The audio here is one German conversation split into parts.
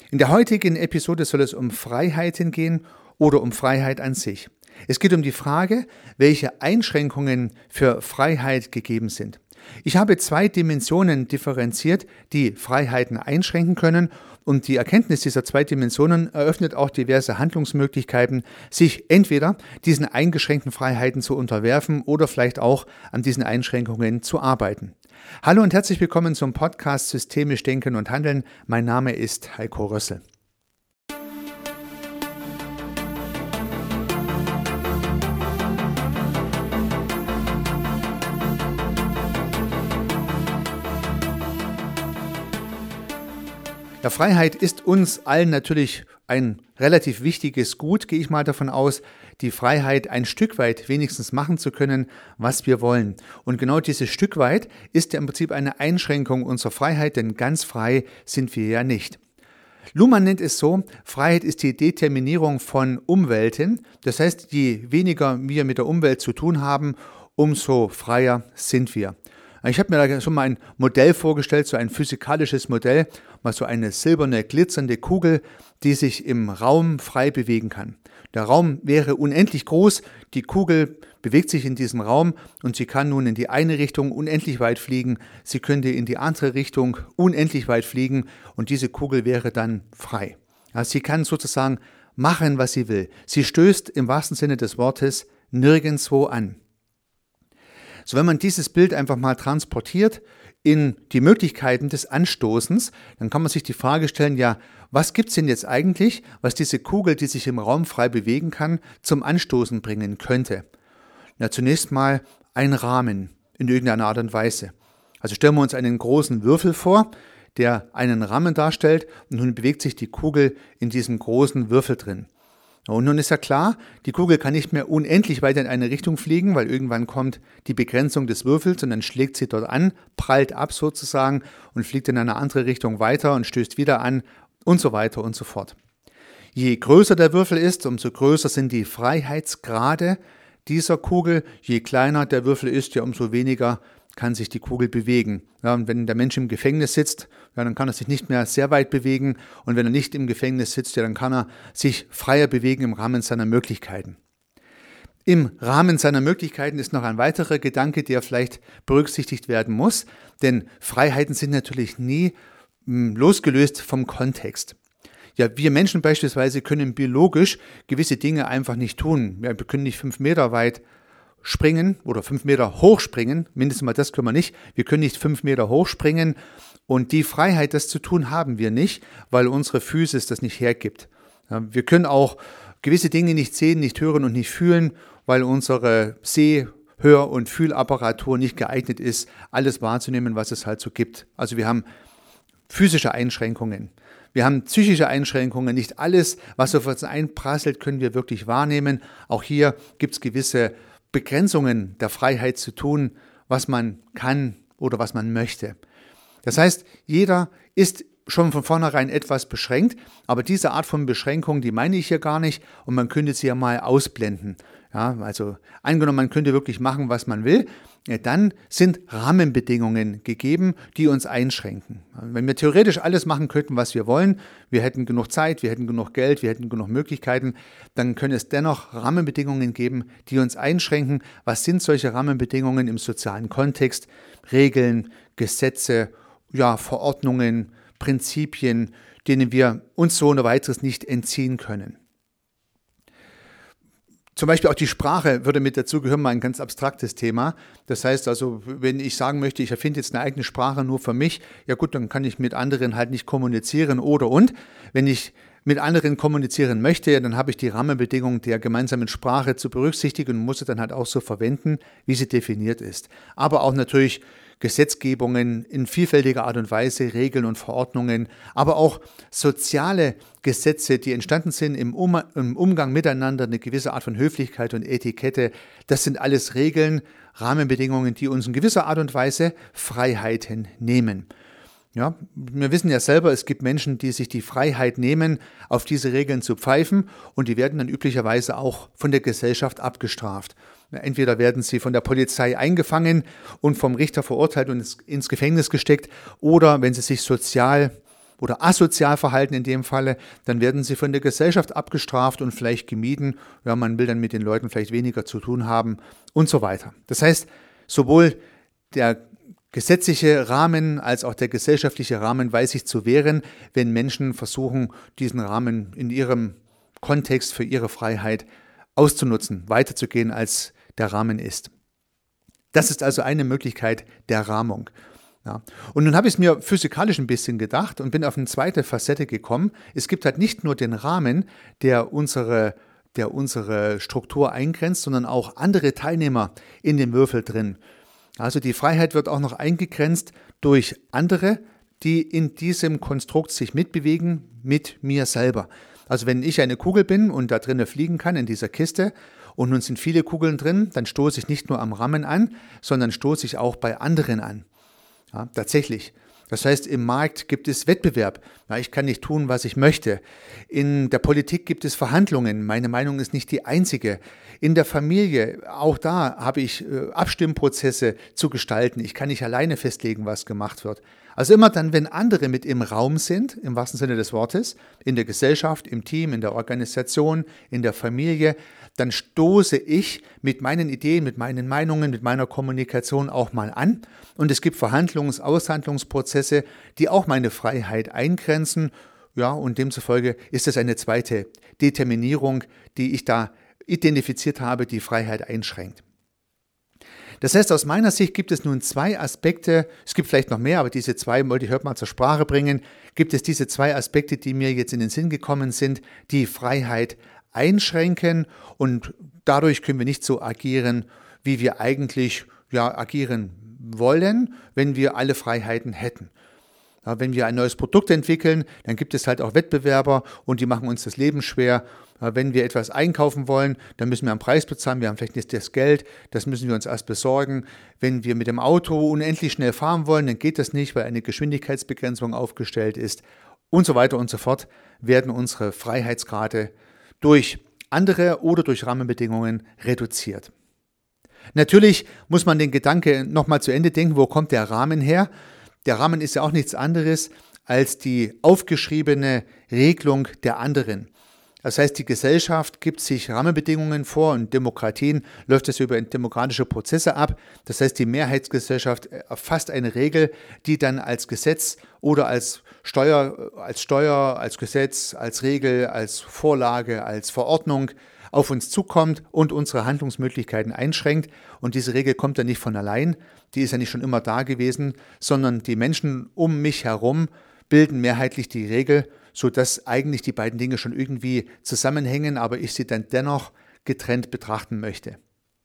In der heutigen Episode soll es um Freiheiten gehen oder um Freiheit an sich. Es geht um die Frage, welche Einschränkungen für Freiheit gegeben sind. Ich habe 2 Dimensionen differenziert, die Freiheiten einschränken können, und die Erkenntnis dieser 2 Dimensionen eröffnet auch diverse Handlungsmöglichkeiten, sich entweder diesen eingeschränkten Freiheiten zu unterwerfen oder vielleicht auch an diesen Einschränkungen zu arbeiten. Hallo und herzlich willkommen zum Podcast Systemisch Denken und Handeln. Mein Name ist Heiko Rössel. Ja, Freiheit ist uns allen natürlich ein relativ wichtiges Gut, gehe ich mal davon aus, die Freiheit ein Stück weit wenigstens machen zu können, was wir wollen. Und genau dieses Stück weit ist ja im Prinzip eine Einschränkung unserer Freiheit, denn ganz frei sind wir ja nicht. Luhmann nennt es so, Freiheit ist die Determinierung von Umwelten. Das heißt, je weniger wir mit der Umwelt zu tun haben, umso freier sind wir. Ich habe mir da schon mal ein Modell vorgestellt, so ein physikalisches Modell, mal so eine silberne, glitzernde Kugel, die sich im Raum frei bewegen kann. Der Raum wäre unendlich groß, die Kugel bewegt sich in diesem Raum und sie kann nun in die eine Richtung unendlich weit fliegen, sie könnte in die andere Richtung unendlich weit fliegen und diese Kugel wäre dann frei. Also sie kann sozusagen machen, was sie will. Sie stößt im wahrsten Sinne des Wortes nirgendwo an. So, wenn man dieses Bild einfach mal transportiert in die Möglichkeiten des Anstoßens, dann kann man sich die Frage stellen, ja, was gibt es denn jetzt eigentlich, was diese Kugel, die sich im Raum frei bewegen kann, zum Anstoßen bringen könnte? Na, zunächst mal ein Rahmen in irgendeiner Art und Weise. Also stellen wir uns einen großen Würfel vor, der einen Rahmen darstellt und nun bewegt sich die Kugel in diesem großen Würfel drin. Und nun ist ja klar, die Kugel kann nicht mehr unendlich weit in eine Richtung fliegen, weil irgendwann kommt die Begrenzung des Würfels und dann schlägt sie dort an, prallt ab sozusagen und fliegt in eine andere Richtung weiter und stößt wieder an und so weiter und so fort. Je größer der Würfel ist, umso größer sind die Freiheitsgrade dieser Kugel. Je kleiner der Würfel ist, ja, umso weniger kann sich die Kugel bewegen. Ja, und wenn der Mensch im Gefängnis sitzt, ja, dann kann er sich nicht mehr sehr weit bewegen. Und wenn er nicht im Gefängnis sitzt, ja, dann kann er sich freier bewegen im Rahmen seiner Möglichkeiten. Im Rahmen seiner Möglichkeiten ist noch ein weiterer Gedanke, der vielleicht berücksichtigt werden muss. Denn Freiheiten sind natürlich nie losgelöst vom Kontext. Ja, wir Menschen beispielsweise können biologisch gewisse Dinge einfach nicht tun. Ja, wir können nicht 5 Meter weit springen oder 5 Meter hochspringen, mindestens mal das können wir nicht. Wir können nicht 5 Meter hochspringen und die Freiheit, das zu tun, haben wir nicht, weil unsere Physis das nicht hergibt. Ja, wir können auch gewisse Dinge nicht sehen, nicht hören und nicht fühlen, weil unsere Hör- und Fühlapparatur nicht geeignet ist, alles wahrzunehmen, was es halt so gibt. Also wir haben physische Einschränkungen. Wir haben psychische Einschränkungen. Nicht alles, was auf uns einprasselt, können wir wirklich wahrnehmen. Auch hier gibt es gewisse Begrenzungen der Freiheit zu tun, was man kann oder was man möchte. Das heißt, jeder ist schon von vornherein etwas beschränkt, aber diese Art von Beschränkung, die meine ich hier gar nicht und man könnte sie ja mal ausblenden. Ja, also angenommen, man könnte wirklich machen, was man will, ja, dann sind Rahmenbedingungen gegeben, die uns einschränken. Wenn wir theoretisch alles machen könnten, was wir wollen, wir hätten genug Zeit, wir hätten genug Geld, wir hätten genug Möglichkeiten, dann können es dennoch Rahmenbedingungen geben, die uns einschränken. Was sind solche Rahmenbedingungen im sozialen Kontext? Regeln, Gesetze, ja, Verordnungen, Prinzipien, denen wir uns so ohne weiteres nicht entziehen können. Zum Beispiel auch die Sprache würde mit dazugehören, mal ein ganz abstraktes Thema. Das heißt also, wenn ich sagen möchte, ich erfinde jetzt eine eigene Sprache nur für mich, ja gut, dann kann ich mit anderen halt nicht kommunizieren und. Wenn ich mit anderen kommunizieren möchte, dann habe ich die Rahmenbedingungen der gemeinsamen Sprache zu berücksichtigen und muss sie dann halt auch so verwenden, wie sie definiert ist. Aber auch natürlich Gesetzgebungen in vielfältiger Art und Weise, Regeln und Verordnungen, aber auch soziale Gesetze, die entstanden sind im Umgang miteinander, eine gewisse Art von Höflichkeit und Etikette. Das sind alles Regeln, Rahmenbedingungen, die uns in gewisser Art und Weise Freiheiten nehmen. Ja, wir wissen ja selber, es gibt Menschen, die sich die Freiheit nehmen, auf diese Regeln zu pfeifen und die werden dann üblicherweise auch von der Gesellschaft abgestraft. Entweder werden sie von der Polizei eingefangen und vom Richter verurteilt und ins Gefängnis gesteckt oder wenn sie sich sozial oder asozial verhalten in dem Falle, dann werden sie von der Gesellschaft abgestraft und vielleicht gemieden. Ja, man will dann mit den Leuten vielleicht weniger zu tun haben und so weiter. Das heißt, sowohl der gesetzliche Rahmen als auch der gesellschaftliche Rahmen weiß sich zu wehren, wenn Menschen versuchen, diesen Rahmen in ihrem Kontext für ihre Freiheit auszunutzen, weiterzugehen, als der Rahmen ist. Das ist also eine Möglichkeit der Rahmung. Ja. Und nun habe ich es mir physikalisch ein bisschen gedacht und bin auf eine zweite Facette gekommen. Es gibt halt nicht nur den Rahmen, der unsere Struktur eingrenzt, sondern auch andere Teilnehmer in dem Würfel drin. Also die Freiheit wird auch noch eingegrenzt durch andere, die in diesem Konstrukt sich mitbewegen, mit mir selber. Also wenn ich eine Kugel bin und da drinnen fliegen kann in dieser Kiste und nun sind viele Kugeln drin, dann stoße ich nicht nur am Rahmen an, sondern stoße ich auch bei anderen an. Ja, tatsächlich. Das heißt, im Markt gibt es Wettbewerb. Ja, ich kann nicht tun, was ich möchte. In der Politik gibt es Verhandlungen. Meine Meinung ist nicht die einzige. In der Familie, auch da habe ich Abstimmprozesse zu gestalten. Ich kann nicht alleine festlegen, was gemacht wird. Also immer dann, wenn andere mit im Raum sind, im wahrsten Sinne des Wortes, in der Gesellschaft, im Team, in der Organisation, in der Familie, dann stoße ich mit meinen Ideen, mit meinen Meinungen, mit meiner Kommunikation auch mal an. Und es gibt Aushandlungsprozesse, die auch meine Freiheit eingrenzen. Ja, und demzufolge ist es eine zweite Determinierung, die ich da identifiziert habe, die Freiheit einschränkt. Das heißt, aus meiner Sicht gibt es nun zwei Aspekte, es gibt vielleicht noch mehr, aber diese zwei wollte ich heute mal zur Sprache bringen, gibt es diese zwei Aspekte, die mir jetzt in den Sinn gekommen sind, die Freiheit einschränken und dadurch können wir nicht so agieren, wie wir eigentlich agieren wollen, wenn wir alle Freiheiten hätten. Ja, wenn wir ein neues Produkt entwickeln, dann gibt es halt auch Wettbewerber und die machen uns das Leben schwer. Ja, wenn wir etwas einkaufen wollen, dann müssen wir einen Preis bezahlen, wir haben vielleicht nicht das Geld, das müssen wir uns erst besorgen. Wenn wir mit dem Auto unendlich schnell fahren wollen, dann geht das nicht, weil eine Geschwindigkeitsbegrenzung aufgestellt ist und so weiter und so fort, werden unsere Freiheitsgrade durch andere oder durch Rahmenbedingungen reduziert. Natürlich muss man den Gedanke nochmal zu Ende denken, wo kommt der Rahmen her? Der Rahmen ist ja auch nichts anderes als die aufgeschriebene Regelung der anderen. Das heißt, die Gesellschaft gibt sich Rahmenbedingungen vor und Demokratien läuft es über demokratische Prozesse ab. Das heißt, die Mehrheitsgesellschaft erfasst eine Regel, die dann als Gesetz oder als Steuer, als Gesetz, als Regel, als Vorlage, als Verordnung auf uns zukommt und unsere Handlungsmöglichkeiten einschränkt. Und diese Regel kommt ja nicht von allein, die ist ja nicht schon immer da gewesen, sondern die Menschen um mich herum bilden mehrheitlich die Regel, sodass eigentlich die beiden Dinge schon irgendwie zusammenhängen, aber ich sie dann dennoch getrennt betrachten möchte.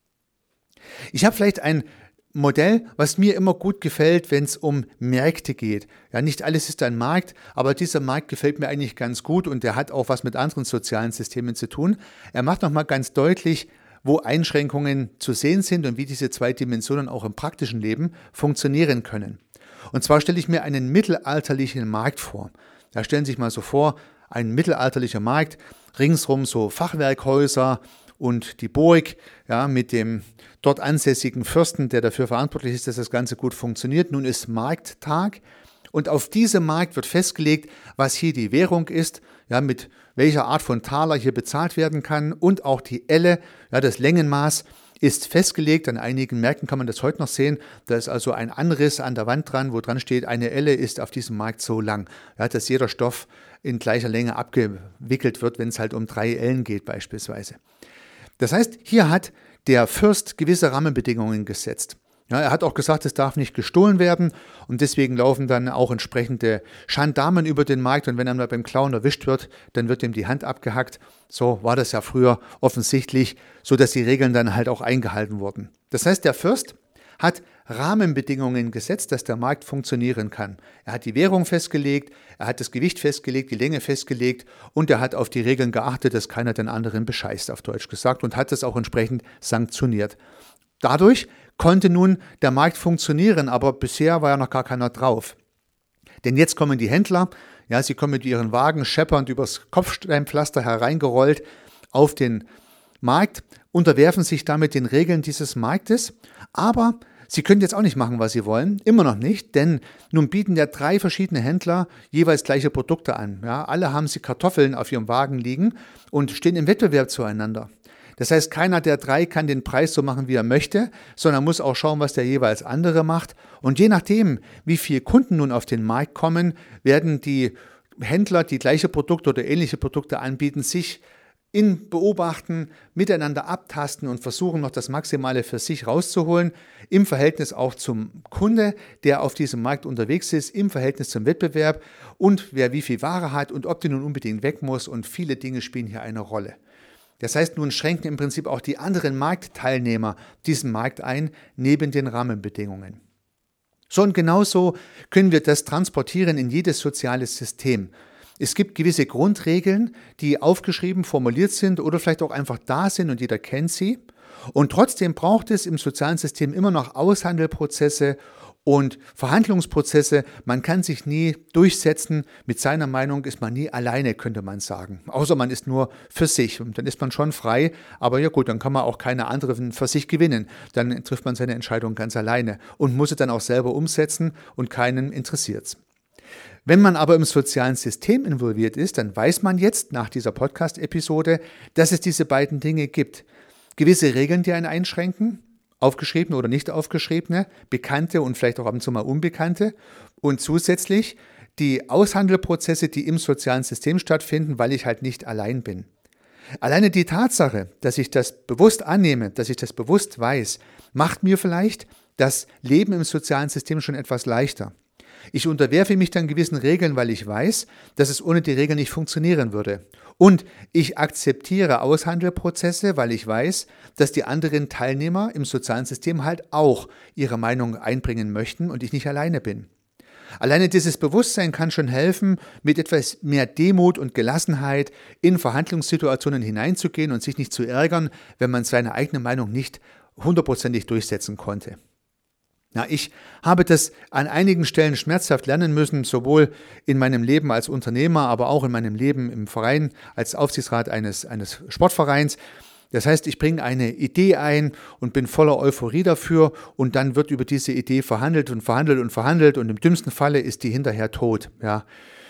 Ich habe vielleicht ein Modell, was mir immer gut gefällt, wenn es um Märkte geht. Ja, nicht alles ist ein Markt, aber dieser Markt gefällt mir eigentlich ganz gut und der hat auch was mit anderen sozialen Systemen zu tun. Er macht nochmal ganz deutlich, wo Einschränkungen zu sehen sind und wie diese zwei Dimensionen auch im praktischen Leben funktionieren können. Und zwar stelle ich mir einen mittelalterlichen Markt vor. Da stellen Sie sich mal so vor, ein mittelalterlicher Markt, ringsrum so Fachwerkhäuser und die Burg, ja, mit dem dort ansässigen Fürsten, der dafür verantwortlich ist, dass das Ganze gut funktioniert. Nun ist Markttag und auf diesem Markt wird festgelegt, was hier die Währung ist, ja, mit welcher Art von Taler hier bezahlt werden kann und auch die Elle, ja, das Längenmaß ist festgelegt. An einigen Märkten kann man das heute noch sehen. Da ist also ein Anriss an der Wand dran, wo dran steht, eine Elle ist auf diesem Markt so lang. Ja, dass jeder Stoff in gleicher Länge abgewickelt wird, wenn es halt um 3 Ellen geht beispielsweise. Das heißt, hier hat der Fürst gewisse Rahmenbedingungen gesetzt. Ja, er hat auch gesagt, es darf nicht gestohlen werden und deswegen laufen dann auch entsprechende Gendarmen über den Markt und wenn er mal beim Klauen erwischt wird, dann wird ihm die Hand abgehackt. So war das ja früher offensichtlich, sodass die Regeln dann halt auch eingehalten wurden. Das heißt, der Fürst hat Rahmenbedingungen gesetzt, dass der Markt funktionieren kann. Er hat die Währung festgelegt, er hat das Gewicht festgelegt, die Länge festgelegt und er hat auf die Regeln geachtet, dass keiner den anderen bescheißt, auf Deutsch gesagt, und hat das auch entsprechend sanktioniert. Dadurch konnte nun der Markt funktionieren, aber bisher war ja noch gar keiner drauf. Denn jetzt kommen die Händler, ja, sie kommen mit ihren Wagen scheppernd übers Kopfsteinpflaster hereingerollt auf den Markt, unterwerfen sich damit den Regeln dieses Marktes, aber Sie können jetzt auch nicht machen, was Sie wollen, immer noch nicht, denn nun bieten ja 3 verschiedene Händler jeweils gleiche Produkte an. Ja, alle haben sie Kartoffeln auf ihrem Wagen liegen und stehen im Wettbewerb zueinander. Das heißt, keiner der 3 kann den Preis so machen, wie er möchte, sondern muss auch schauen, was der jeweils andere macht. Und je nachdem, wie viele Kunden nun auf den Markt kommen, werden die Händler, die gleiche Produkte oder ähnliche Produkte anbieten, sich beobachten, miteinander abtasten und versuchen noch das Maximale für sich rauszuholen, im Verhältnis auch zum Kunde, der auf diesem Markt unterwegs ist, im Verhältnis zum Wettbewerb und wer wie viel Ware hat und ob die nun unbedingt weg muss und viele Dinge spielen hier eine Rolle. Das heißt, nun schränken im Prinzip auch die anderen Marktteilnehmer diesen Markt ein, neben den Rahmenbedingungen. So und genauso können wir das transportieren in jedes soziale System. Es gibt gewisse Grundregeln, die aufgeschrieben, formuliert sind oder vielleicht auch einfach da sind und jeder kennt sie. Und trotzdem braucht es im sozialen System immer noch Aushandelprozesse und Verhandlungsprozesse. Man kann sich nie durchsetzen. Mit seiner Meinung ist man nie alleine, könnte man sagen. Außer man ist nur für sich. Und dann ist man schon frei. Aber ja gut, dann kann man auch keine anderen für sich gewinnen. Dann trifft man seine Entscheidung ganz alleine und muss sie dann auch selber umsetzen und keinen interessiert's. Wenn man aber im sozialen System involviert ist, dann weiß man jetzt nach dieser Podcast-Episode, dass es diese beiden Dinge gibt. Gewisse Regeln, die einen einschränken, aufgeschriebene oder nicht aufgeschriebene, bekannte und vielleicht auch ab und zu mal unbekannte und zusätzlich die Aushandelprozesse, die im sozialen System stattfinden, weil ich halt nicht allein bin. Alleine die Tatsache, dass ich das bewusst annehme, dass ich das bewusst weiß, macht mir vielleicht das Leben im sozialen System schon etwas leichter. Ich unterwerfe mich dann gewissen Regeln, weil ich weiß, dass es ohne die Regeln nicht funktionieren würde. Und ich akzeptiere Aushandelprozesse, weil ich weiß, dass die anderen Teilnehmer im sozialen System halt auch ihre Meinung einbringen möchten und ich nicht alleine bin. Alleine dieses Bewusstsein kann schon helfen, mit etwas mehr Demut und Gelassenheit in Verhandlungssituationen hineinzugehen und sich nicht zu ärgern, wenn man seine eigene Meinung nicht hundertprozentig durchsetzen konnte. Ja, ich habe das an einigen Stellen schmerzhaft lernen müssen, sowohl in meinem Leben als Unternehmer, aber auch in meinem Leben im Verein als Aufsichtsrat eines Sportvereins. Das heißt, ich bringe eine Idee ein und bin voller Euphorie dafür und dann wird über diese Idee verhandelt und verhandelt und verhandelt und im dümmsten Falle ist die hinterher tot. Ja,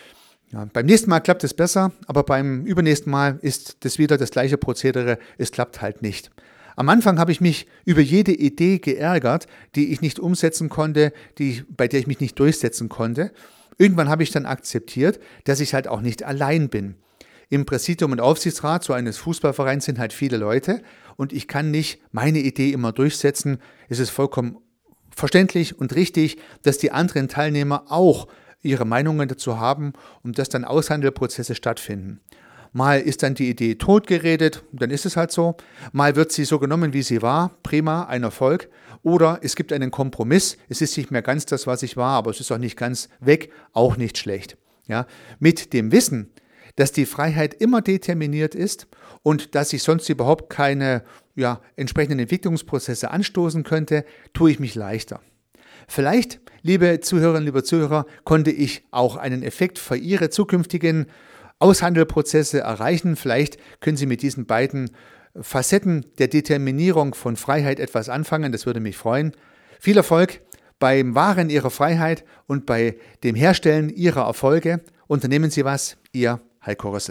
beim nächsten Mal klappt es besser, aber beim übernächsten Mal ist das wieder das gleiche Prozedere, es klappt halt nicht. Am Anfang habe ich mich über jede Idee geärgert, die ich nicht umsetzen konnte, bei der ich mich nicht durchsetzen konnte. Irgendwann habe ich dann akzeptiert, dass ich halt auch nicht allein bin. Im Präsidium und Aufsichtsrat so eines Fußballvereins sind halt viele Leute und ich kann nicht meine Idee immer durchsetzen. Es ist vollkommen verständlich und richtig, dass die anderen Teilnehmer auch ihre Meinungen dazu haben und dass dann Aushandelprozesse stattfinden. Mal ist dann die Idee totgeredet, dann ist es halt so. Mal wird sie so genommen, wie sie war, prima, ein Erfolg. Oder es gibt einen Kompromiss, es ist nicht mehr ganz das, was ich war, aber es ist auch nicht ganz weg, auch nicht schlecht. Ja, mit dem Wissen, dass die Freiheit immer determiniert ist und dass ich sonst überhaupt keine entsprechenden Entwicklungsprozesse anstoßen könnte, tue ich mich leichter. Vielleicht, liebe Zuhörerinnen, liebe Zuhörer, konnte ich auch einen Effekt für Ihre zukünftigen Aushandelprozesse erreichen. Vielleicht können Sie mit diesen beiden Facetten der Determinierung von Freiheit etwas anfangen. Das würde mich freuen. Viel Erfolg beim Wahren Ihrer Freiheit und bei dem Herstellen Ihrer Erfolge. Unternehmen Sie was. Ihr Heiko Rössel.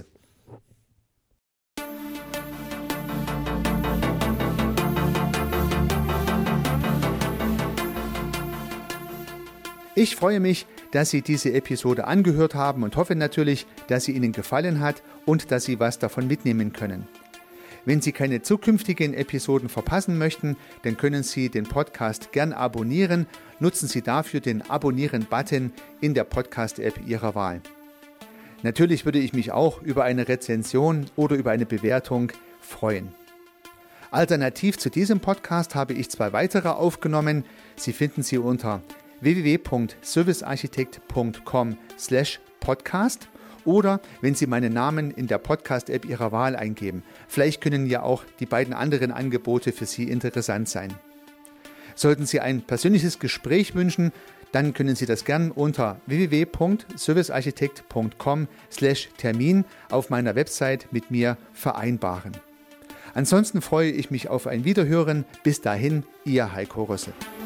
Ich freue mich, dass Sie diese Episode angehört haben und hoffe natürlich, dass sie Ihnen gefallen hat und dass Sie was davon mitnehmen können. Wenn Sie keine zukünftigen Episoden verpassen möchten, dann können Sie den Podcast gern abonnieren. Nutzen Sie dafür den Abonnieren-Button in der Podcast-App Ihrer Wahl. Natürlich würde ich mich auch über eine Rezension oder über eine Bewertung freuen. Alternativ zu diesem Podcast habe ich 2 weitere aufgenommen. Sie finden sie unter www.servicearchitekt.com/podcast oder wenn Sie meinen Namen in der Podcast-App Ihrer Wahl eingeben. Vielleicht können ja auch die beiden anderen Angebote für Sie interessant sein. Sollten Sie ein persönliches Gespräch wünschen, dann können Sie das gern unter www.servicearchitekt.com/Termin auf meiner Website mit mir vereinbaren. Ansonsten freue ich mich auf ein Wiederhören. Bis dahin, Ihr Heiko Rössel.